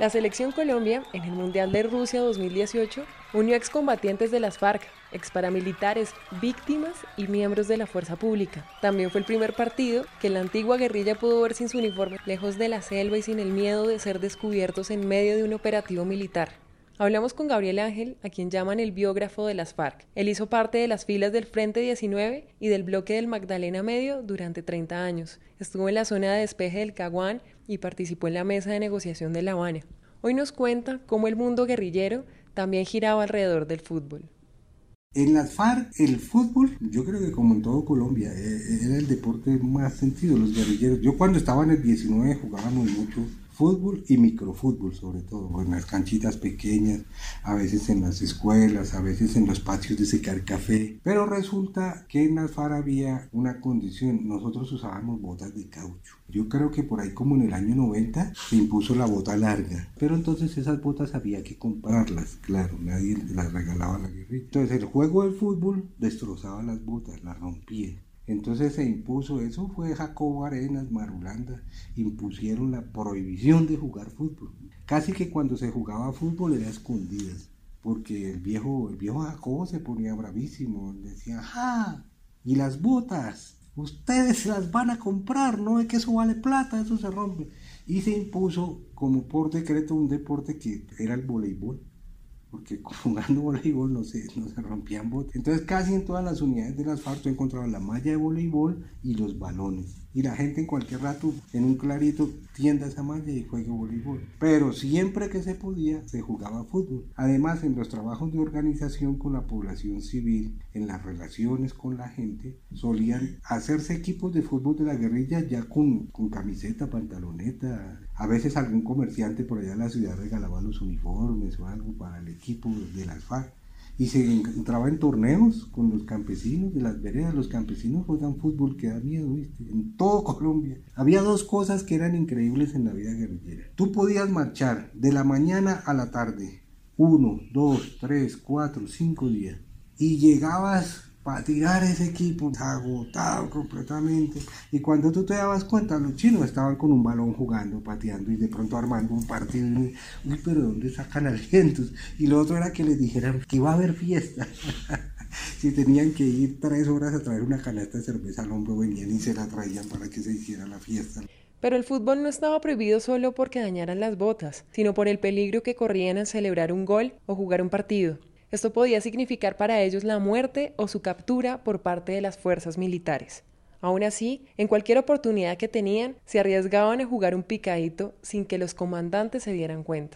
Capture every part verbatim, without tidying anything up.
La selección Colombia, en el Mundial de Rusia dos mil dieciocho, unió excombatientes de las FARC, exparamilitares, víctimas y miembros de la fuerza pública. También fue el primer partido que la antigua guerrilla pudo ver sin su uniforme, lejos de la selva y sin el miedo de ser descubiertos en medio de un operativo militar. Hablamos con Gabriel Ángel, a quien llaman el biógrafo de las FARC. Él hizo parte de las filas del Frente diecinueve y del bloque del Magdalena Medio durante treinta años. Estuvo en la zona de despeje del Caguán y participó en la mesa de negociación de La Habana. Hoy nos cuenta cómo el mundo guerrillero también giraba alrededor del fútbol. En las FARC, el fútbol, yo creo que como en todo Colombia, era el deporte más sentido, los guerrilleros. Yo cuando estaba en el diecinueve jugábamos mucho fútbol y microfútbol, sobre todo, en las canchitas pequeñas, a veces en las escuelas, a veces en los patios de secar café. Pero resulta que en las FARC había una condición, nosotros usábamos botas de caucho. Yo creo que por ahí como en el año noventa se impuso la bota larga, pero entonces esas botas había que comprarlas, claro, nadie las regalaba a la guerrilla. Entonces el juego del fútbol destrozaba las botas, las rompía. Entonces se impuso, eso fue Jacobo Arenas, Marulanda, impusieron la prohibición de jugar fútbol. Casi que cuando se jugaba fútbol era a escondidas, porque el viejo, el viejo Jacobo se ponía bravísimo, decía, ¡ajá! ¿Y las botas? Ustedes las van a comprar, no es que eso vale plata, eso se rompe. Y se impuso como por decreto un deporte que era el voleibol, porque jugando voleibol no se, no se rompían botas. Entonces casi en todas las unidades del asfalto encontraban la malla de voleibol y los balones. Y la gente en cualquier rato, en un clarito, tienda esa malla y juega voleibol. Pero siempre que se podía, se jugaba fútbol. Además, en los trabajos de organización con la población civil, en las relaciones con la gente, solían hacerse equipos de fútbol de la guerrilla ya con, con camiseta, pantaloneta. A veces algún comerciante por allá en la ciudad regalaba los uniformes o algo para el equipo de las FARC. Y se entraba en torneos con los campesinos de las veredas. Los campesinos juegan fútbol que da miedo, ¿viste? En todo Colombia. Había dos cosas que eran increíbles en la vida guerrillera. Tú podías marchar de la mañana a la tarde, uno, dos, tres, cuatro, cinco días, y llegabas para tirar ese equipo agotado completamente, y cuando tú te dabas cuenta los chinos estaban con un balón jugando, pateando y de pronto armando un partido. Uy, pero ¿de dónde sacan alientos? Y lo otro era que les dijeran que iba a haber fiesta. Si tenían que ir tres horas a traer una canasta de cerveza al hombro, venían y se la traían para que se hiciera la fiesta. Pero el fútbol no estaba prohibido solo porque dañaran las botas, sino por el peligro que corrían al celebrar un gol o jugar un partido. Esto podía significar para ellos la muerte o su captura por parte de las fuerzas militares. Aún así, en cualquier oportunidad que tenían, se arriesgaban a jugar un picadito sin que los comandantes se dieran cuenta.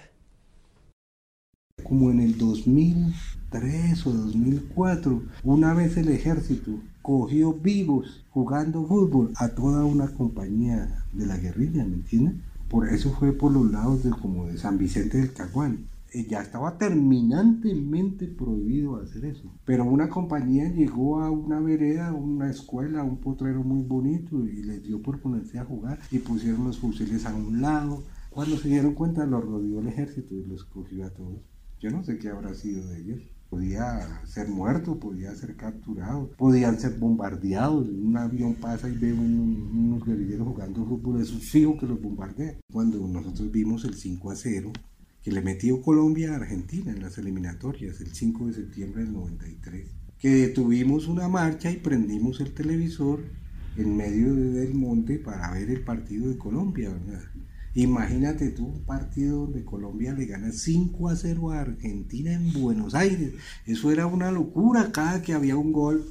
Como en el dos mil tres o dos mil cuatro, una vez el ejército cogió vivos jugando fútbol a toda una compañía de la guerrilla, ¿me entiendes? Por eso fue por los lados de, como de San Vicente del Caguán. Ya estaba terminantemente prohibido hacer eso. Pero una compañía llegó a una vereda, a una escuela, a un potrero muy bonito y les dio por ponerse a jugar y pusieron los fusiles a un lado. Cuando se dieron cuenta los rodeó el ejército y los cogió a todos. Yo no sé qué habrá sido de ellos. Podía ser muerto, podía ser capturado, podían ser bombardeados. Un avión pasa y ve un, unos guerrilleros jugando fútbol, es fijo que los bombardea. Cuando nosotros vimos el cinco a cero, que le metió Colombia a Argentina en las eliminatorias el cinco de septiembre del noventa y tres, que detuvimos una marcha y prendimos el televisor en medio del monte para ver el partido de Colombia, ¿verdad? Imagínate tú un partido donde Colombia le gana cinco a cero a Argentina en Buenos Aires. Eso era una locura cada que había un gol.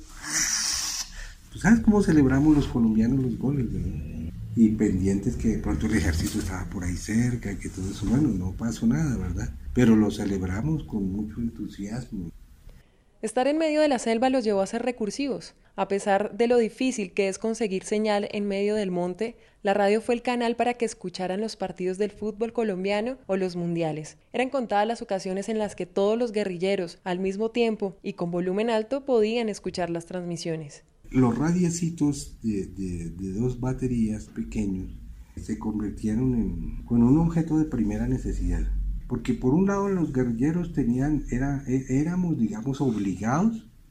¿Tú sabes cómo celebramos los colombianos los goles, verdad? Y pendientes que de pronto el ejército estaba por ahí cerca y que todo eso, bueno, no pasó nada, ¿verdad? Pero lo celebramos con mucho entusiasmo. Estar en medio de la selva los llevó a ser recursivos. A pesar de lo difícil que es conseguir señal en medio del monte, la radio fue el canal para que escucharan los partidos del fútbol colombiano o los mundiales. Eran contadas las ocasiones en las que todos los guerrilleros, al mismo tiempo y con volumen alto, podían escuchar las transmisiones. Los radiecitos de, de, de dos baterías pequeños se convirtieron en, en un objeto de primera necesidad. Porque por un lado los guerrilleros tenían, era, éramos digamos obligados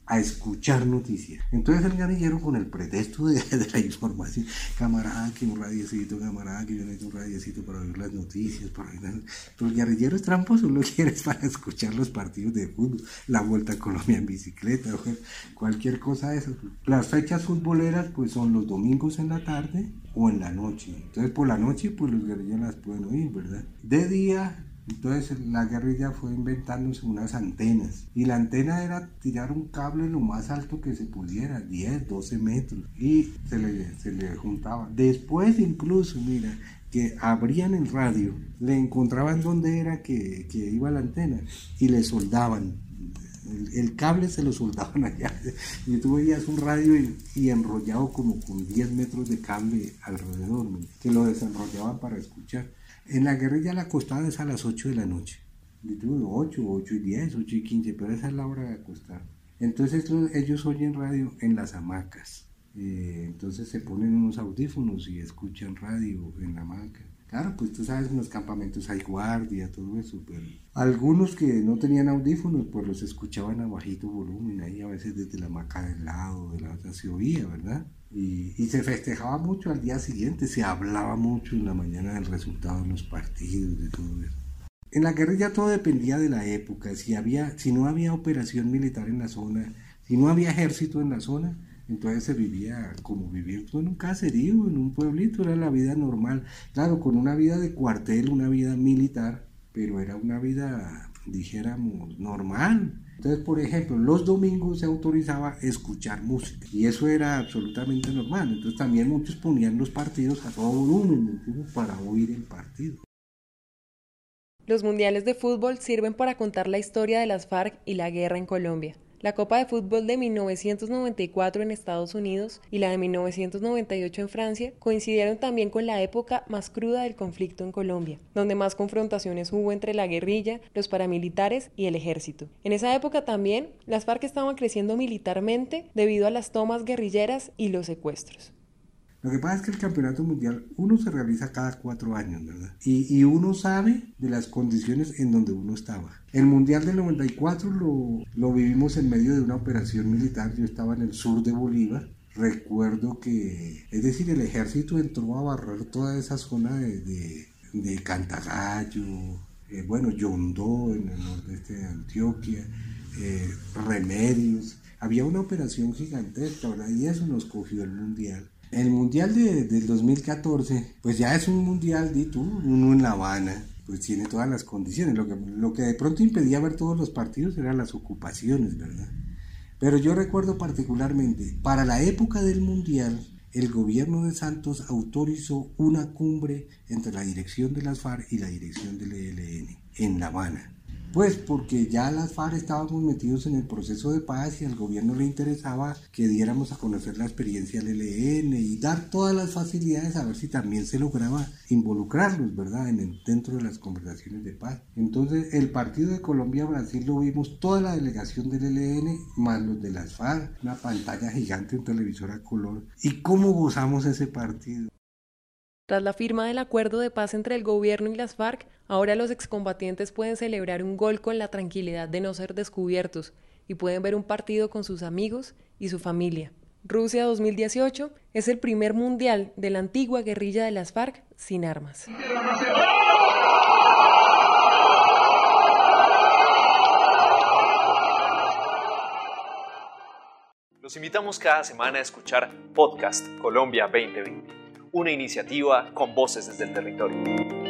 a escuchar noticias. Entonces el guerrillero, con el pretexto de, de la información, camarada, que un radiecito, camarada, que yo necesito un radiecito para oír las noticias, para oír las... Pero el guerrillero es tramposo, lo quiere es para escuchar los partidos de fútbol, la Vuelta a Colombia en bicicleta, o cualquier cosa de esas. Las fechas futboleras pues son los domingos en la tarde o en la noche. Entonces por la noche pues los guerrilleros las pueden oír, ¿verdad? De día... Entonces la guerrilla fue inventándose unas antenas, y la antena era tirar un cable lo más alto que se pudiera, diez, doce metros, y se le, se le juntaba. Después incluso, mira, que abrían el radio, le encontraban dónde era que, que iba la antena y le soldaban. El, el cable se lo soldaban allá, y tú veías un radio y, y enrollado como con diez metros de cable alrededor, ¿no? Que lo desenrollaban para escuchar. En la guerrilla la acostada es a las ocho de la noche. ocho, ocho y diez, ocho y quince, pero esa es la hora de acostar. Entonces ellos oyen radio en las hamacas. Eh, entonces se ponen unos audífonos y escuchan radio en la hamaca. Claro, pues tú sabes, en los campamentos hay guardia, todo eso, pero algunos que no tenían audífonos, pues los escuchaban a bajito volumen, ahí a veces desde la hamaca del lado, de la otra se oía, ¿verdad? Y, y se festejaba mucho al día siguiente, se hablaba mucho en la mañana del resultado de los partidos, de todo eso. En la guerrilla todo dependía de la época, si, había, si no había operación militar en la zona, si no había ejército en la zona, entonces se vivía como vivir tú en un caserío, en un pueblito, era la vida normal, claro, con una vida de cuartel, una vida militar, pero era una vida, dijéramos, normal. Entonces, por ejemplo, los domingos se autorizaba escuchar música, y eso era absolutamente normal. Entonces también muchos ponían los partidos a todo volumen, ¿entiendes?, para oír el partido. Los mundiales de fútbol sirven para contar la historia de las FARC y la guerra en Colombia. La Copa de Fútbol de mil novecientos noventa y cuatro en Estados Unidos y la de mil novecientos noventa y ocho en Francia coincidieron también con la época más cruda del conflicto en Colombia, donde más confrontaciones hubo entre la guerrilla, los paramilitares y el ejército. En esa época también, las FARC estaban creciendo militarmente debido a las tomas guerrilleras y los secuestros. Lo que pasa es que el campeonato mundial, uno se realiza cada cuatro años, ¿verdad? Y, y uno sabe de las condiciones en donde uno estaba. El mundial del noventa y cuatro lo, lo vivimos en medio de una operación militar. Yo estaba en el sur de Bolívar. Recuerdo que, es decir, el ejército entró a barrer toda esa zona de, de, de Cantagallo, eh, bueno, Yondó en el nordeste de Antioquia, eh, Remedios. Había una operación gigantesca, ¿verdad? Y eso nos cogió el mundial. El mundial de, del dos mil catorce, pues ya es un mundial, di tú, uno en La Habana, pues tiene todas las condiciones. Lo que, lo que de pronto impedía ver todos los partidos eran las ocupaciones, ¿verdad? Pero yo recuerdo particularmente, para la época del mundial, el gobierno de Santos autorizó una cumbre entre la dirección de las FARC y la dirección del E L N en La Habana. Pues porque ya las FARC estábamos metidos en el proceso de paz y al gobierno le interesaba que diéramos a conocer la experiencia del E L N y dar todas las facilidades a ver si también se lograba involucrarlos, ¿verdad?, en el, dentro de las conversaciones de paz. Entonces el partido de Colombia-Brasil lo vimos toda la delegación del E L N más los de las FARC, una pantalla gigante, un televisor a color. ¿Y cómo gozamos ese partido? Tras la firma del acuerdo de paz entre el gobierno y las FARC, ahora los excombatientes pueden celebrar un gol con la tranquilidad de no ser descubiertos y pueden ver un partido con sus amigos y su familia. Rusia dos mil dieciocho es el primer mundial de la antigua guerrilla de las FARC sin armas. Los invitamos cada semana a escuchar Podcast Colombia veinte veinte. Una iniciativa con voces desde el territorio.